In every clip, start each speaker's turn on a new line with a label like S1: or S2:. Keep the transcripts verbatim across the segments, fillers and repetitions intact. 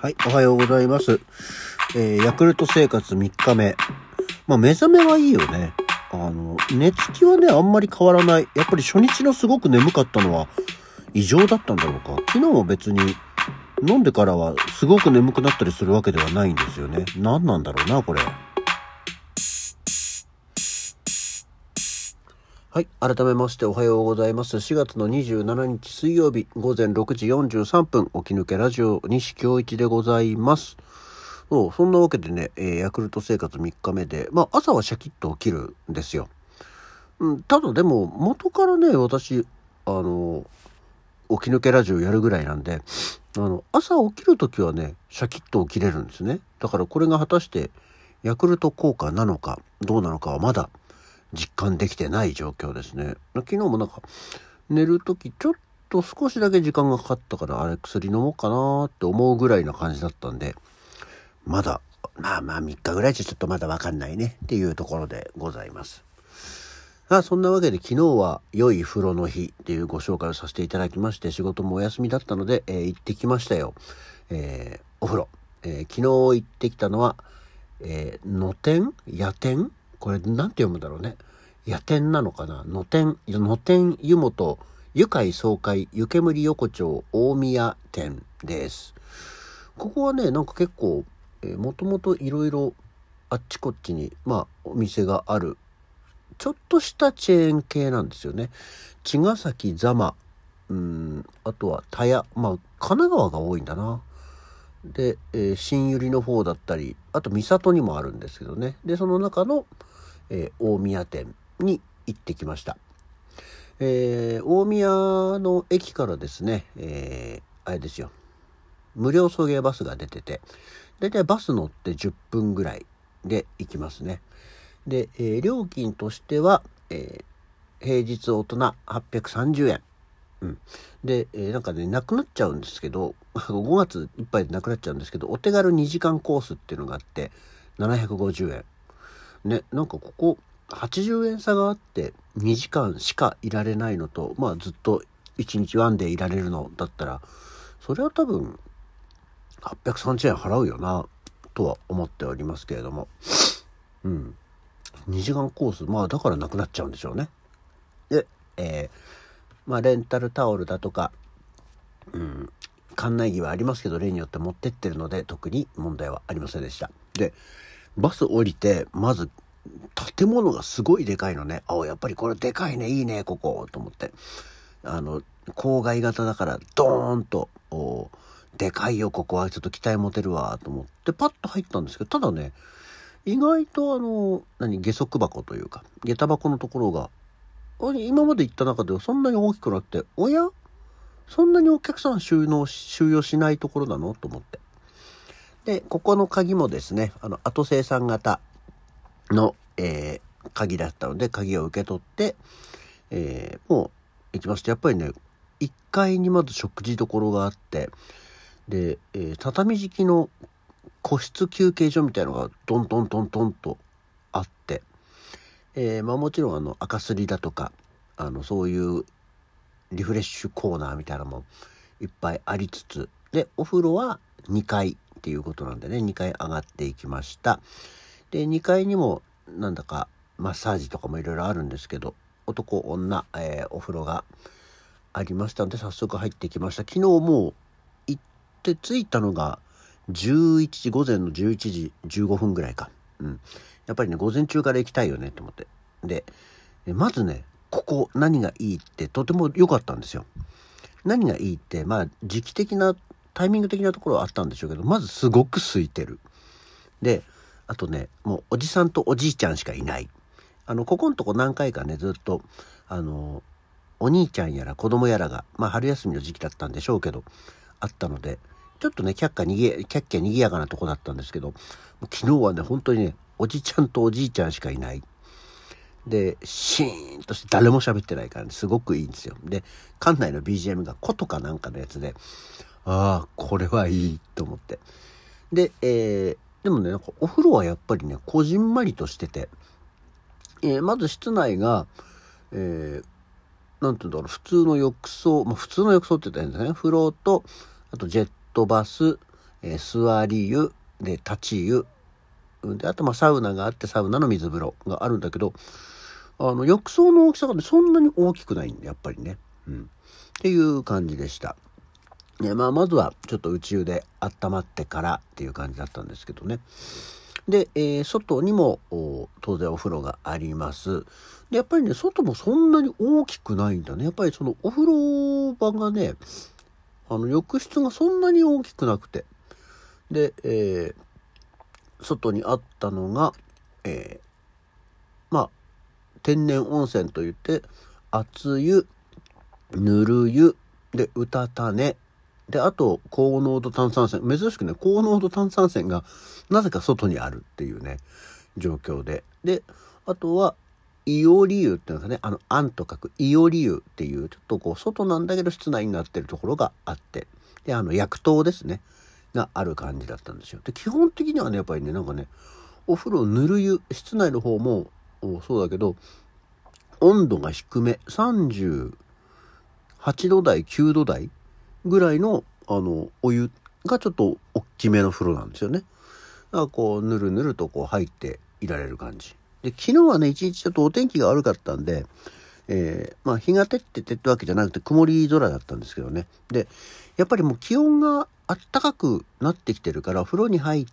S1: はい、おはようございます。えー、ヤクルト生活みっかめ。まあ、目覚めはいいよね。あの、寝つきはね、あんまり変わらない。やっぱり初日のすごく眠かったのは異常だったんだろうか。昨日も別に飲んでからはすごく眠くなったりするわけではないんですよね。何なんだろうな、これ。はい。改めましておはようございます。しがつのにじゅうしちにち水曜日ごぜんろくじよんじゅうさんぷん、起き抜けラジオ西京一でございます。そう、そんなわけでね、えー、ヤクルト生活みっかめで、まあ朝はシャキッと起きるんですよ。うん、ただでも元からね、私、あの、起き抜けラジオやるぐらいなんで、あの、朝起きるときはね、シャキッと起きれるんですね。だからこれが果たしてヤクルト効果なのか、どうなのかはまだ実感できてない状況ですね。昨日もなんか寝るときちょっと少しだけ時間がかかったから、あれ薬飲もうかなって思うぐらいな感じだったんで、まだまあまあみっかぐらいじゃちょっとまだわかんないねっていうところでございます。あそんなわけで昨日は良い風呂の日っていうご紹介をさせていただきまして、仕事もお休みだったので、えー、行ってきましたよ。えー、お風呂、えー、昨日行ってきたのは、えー、野天野天これなんて読むんだろうね。野天なのかな。野天野天湯本湯海総会湯煙横丁大宮店です。ここはね、なんか結構もともといろいろあっちこっちにまあお店があるちょっとしたチェーン系なんですよね。茅ヶ崎座間、うーん、あとは田谷、まあ神奈川が多いんだな。で、えー、新百合の方だったり、あと三郷にもあるんですけどね。でその中の、えー、大宮店に行ってきました。えー、大宮の駅からですね、えー、あれですよ、無料送迎バスが出てて、だいたいバス乗ってじゅっぷんぐらいで行きますね。で、えー、料金としては、えー、平日大人はっぴゃくさんじゅうえん。うん、で、えー、なんかね、なくなっちゃうんですけど、ごがついっぱいでなくなっちゃうんですけど、お手軽にじかんコースっていうのがあって、ななひゃくごじゅうえん。ね、なんかここ、はちじゅうえん差があって、にじかんしかいられないのと、まあずっといちにちワンデーいられるのだったら、それは多分、はっぴゃくさんじゅうえん払うよな、とは思っておりますけれども。うん。にじかんコース、まあだからなくなっちゃうんでしょうね。で、えー、まあレンタルタオルだとか、うん、館内着はありますけど、例によって持ってってるので特に問題はありませんでした。で、バス降りてまず建物がすごいでかいのね。あ、やっぱりこれでかいね、いいねここと思って、あの郊外型だからドーンとでかいよ、ここはちょっと期待持てるわと思ってパッと入ったんですけど、ただね、意外とあの何下足箱というか下駄箱のところが今まで行った中ではそんなに大きくなくて、おやそんなにお客さん収納収容しないところなのと思って、でここの鍵もですね、あの後生産型の、えー、鍵だったので鍵を受け取って、えー、もう行きました。やっぱりね、いっかいにまず食事処があって、で、えー、畳敷きの個室休憩所みたいのがトントントントンとあって、えー、まあもちろんあの赤すりだとか、あのそういうリフレッシュコーナーみたいなのもいっぱいありつつ、でお風呂はにかいっていうことなんでね、にかい上がっていきました。でにかいにもなんだかマッサージとかもいろいろあるんですけど、男女、えー、お風呂がありましたので早速入ってきました。昨日もう行って着いたのがじゅういちじ、午前のじゅういちじじゅうごふんぐらいか。うん。やっぱりね、午前中から行きたいよねと思って。で、まずね、ここ何がいいってとても良かったんですよ。何がいいって、まあ時期的な、タイミング的なところはあったんでしょうけど、まずすごく空いてる。で、あとね、もうおじさんとおじいちゃんしかいない。あの、ここのとこ何回かね、ずっと、あの、お兄ちゃんやら子供やらが、まあ春休みの時期だったんでしょうけど、あったので、ちょっとね、キャッカにぎや、キャッキャにぎやかなとこだったんですけど、昨日はね、本当にね、おじちゃんとおじいちゃんしかいない。で、シーンとして誰も喋ってないから、ね、すごくいいんですよ。で、館内の ビージーエム が琴かなんかのやつで、ああ、これはいいと思って。で、えー、でもね、なんかお風呂はやっぱりね、こじんまりとしてて、えー、まず室内が、えー、なんていうんだろう、普通の浴槽、まあ普通の浴槽って言ったらいいんですね。風呂と、あとジェットバス、 えー、座り湯で立ち湯で、あとまあサウナがあってサウナの水風呂があるんだけど、あの浴槽の大きさがねそんなに大きくないんでやっぱりね、うん、っていう感じでした。ね、まあまずはちょっと内湯で温まってからっていう感じだったんですけどね。で、えー、外にも当然お風呂があります。で、やっぱりね、外もそんなに大きくないんだね。やっぱりそのお風呂場がね、あの浴室がそんなに大きくなくて。で、えー、外にあったのが、えー、まあ、天然温泉といって、熱湯、ぬる湯、で、うたた寝、で、あと、高濃度炭酸泉。珍しくね、高濃度炭酸泉がなぜか外にあるっていうね、状況で。で、あとは、いおり湯っていうのがね、あの、あんと書くいおり湯っていう、ちょっとこう、外なんだけど室内になってるところがあって、で、あの、薬湯ですね、がある感じだったんですよ。で、基本的にはね、やっぱりね、なんかね、お風呂ぬる湯、室内の方もそうだけど、温度が低め、さんじゅうはちど台、きゅうど台ぐらいの、あの、お湯がちょっと大きめの風呂なんですよね。だからこう、ぬるぬるとこう入っていられる感じ。で、昨日はね、一日ちょっとお天気が悪かったんで、えー、まあ日が照っててってわけじゃなくて曇り空だったんですけどね。で、やっぱりもう気温があったかくなってきてるから、風呂に入った、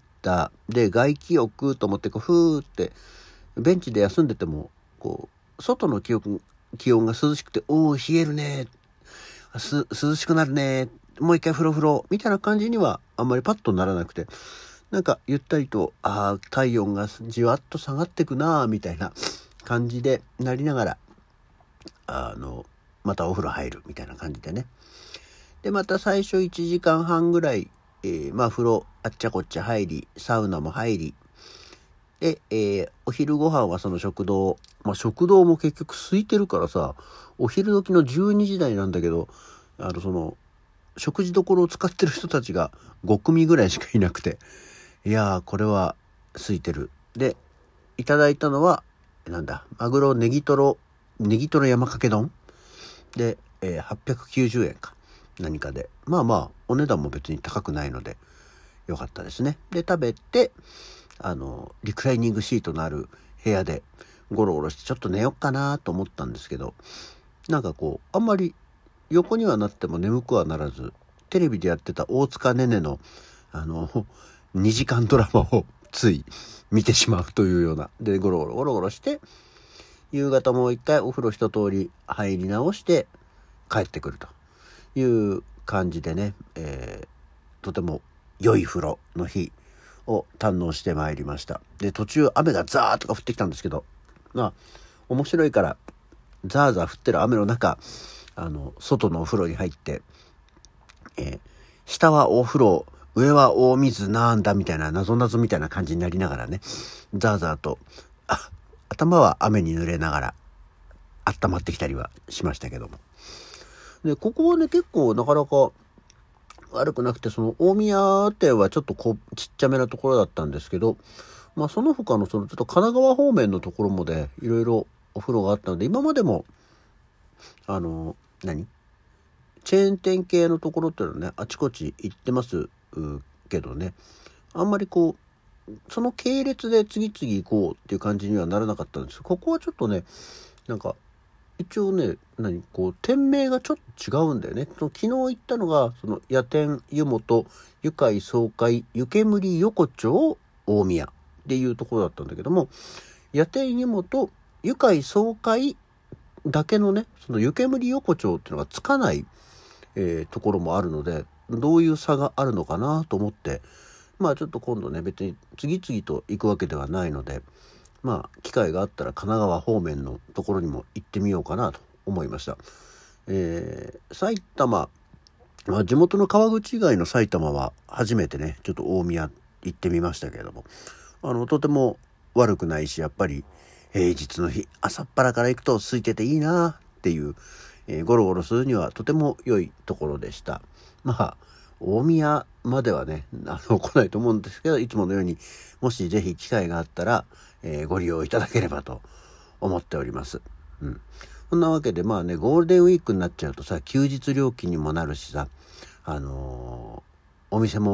S1: で、外気浴と思ってこう、ふーって、ベンチで休んでても、こう、外の気温、気温が涼しくて、おー、冷えるねす、涼しくなるねもう一回風呂風呂みたいな感じにはあんまりパッとならなくて、なんかゆったりと、ああ、体温がじわっと下がってくなみたいな感じでなりながら、あの、またお風呂入るみたいな感じでね。で、また最初いちじかんはんぐらい、えー、まあ風呂あっちゃこっちゃ入り、サウナも入り、で、えー、お昼ご飯はその食堂、まあ食堂も結局空いてるからさ、お昼時のじゅうにじ台なんだけど、あのその、食事処を使ってる人たちがご組ぐらいしかいなくて、いやーこれは空いてる。で、いただいたのは、なんだ、マグロネギトロ、ネギトロ山かけ丼で、えー、はっぴゃくきゅうじゅうえんか。何かで。まあまあ、お値段も別に高くないので、よかったですね。で、食べて、あの、リクライニングシートのある部屋でゴロゴロしてちょっと寝よっかなと思ったんですけど、なんかこう、あんまり横にはなっても眠くはならず、テレビでやってた大塚ねねの、あの、にじかんドラマをつい見てしまうというような。で、ゴロゴロゴロゴロして、夕方もう一回お風呂一通り入り直して帰ってくるという感じでね、えー、とても良い風呂の日を堪能してまいりました。で、途中雨がザーッとか降ってきたんですけど、まあ、面白いから、ザーザー降ってる雨の中、あの、外のお風呂に入って、えー、下はお風呂、上は大水なんだみたいな、謎々みたいな感じになりながらね、ザーザーと、あ、頭は雨に濡れながら、温まってきたりはしましたけども。で、ここはね、結構なかなか悪くなくて、その大宮店はちょっとこう、ちっちゃめなところだったんですけど、まあその他のそのちょっと神奈川方面のところもで、いろいろお風呂があったので、今までも、あの、何チェーン店系のところっていうのはね、あちこち行ってますけどね、あんまりこう、その系列で次々行こうっていう感じにはならなかったんです。ここはちょっとね、なんか、一応ね、何、こう、店名がちょっと違うんだよね。その昨日行ったのが、その、野店湯本、愉快爽快、湯煙横丁大宮っていうところだったんだけども、野店湯本、愉快爽快だけのね、その湯煙横丁っていうのがつかない、えー、ところもあるので、どういう差があるのかなと思って、まあちょっと今度ね、別に次々と行くわけではないので、まあ機会があったら神奈川方面のところにも行ってみようかなと思いました。えー、埼玉、まあ、地元の川口以外の埼玉は初めてね、ちょっと大宮行ってみましたけれども、あの、とても悪くないし、やっぱり平日の日、朝っぱらから行くと空いてていいなっていう、えー、ゴロゴロするにはとても良いところでした。まあ、大宮まではね、あの、来ないと思うんですけど、いつものように、もしぜひ機会があったら、えー、ご利用いただければと思っております。うん。そんなわけで、まあね、ゴールデンウィークになっちゃうとさ、休日料金にもなるしさ、あのー、お店も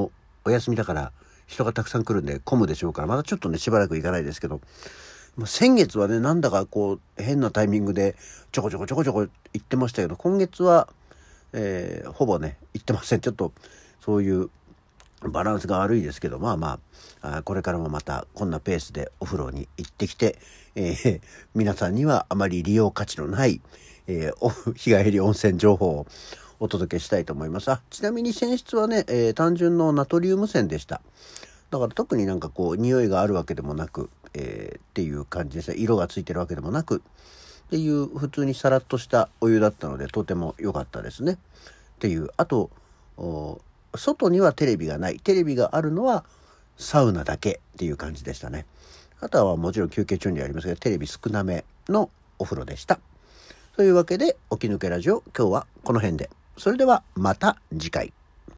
S1: お休みだから人がたくさん来るんで混むでしょうから、まだちょっとねしばらく行かないですけど、先月はねなんだかこう変なタイミングでちょこちょこちょこちょこ行ってましたけど、今月は、えー、ほぼね行ってません。ちょっとそういうバランスが悪いですけど、まあまあ、あこれからもまたこんなペースでお風呂に行ってきて、えー、皆さんにはあまり利用価値のない、えー、日帰り温泉情報をお届けしたいと思います。あ、ちなみに泉質はね、えー、単純のナトリウム泉でした。だから特になんかこう匂いがあるわけでもなく、えー、っていう感じですね。色がついてるわけでもなくっていう普通にさらっとしたお湯だったのでとても良かったですね。っていう、あと外にはテレビがない、テレビがあるのはサウナだけっていう感じでしたね。あとはもちろん休憩中にありますがテレビ少なめのお風呂でした。というわけで起き抜けラジオ今日はこの辺で。それではまた次回。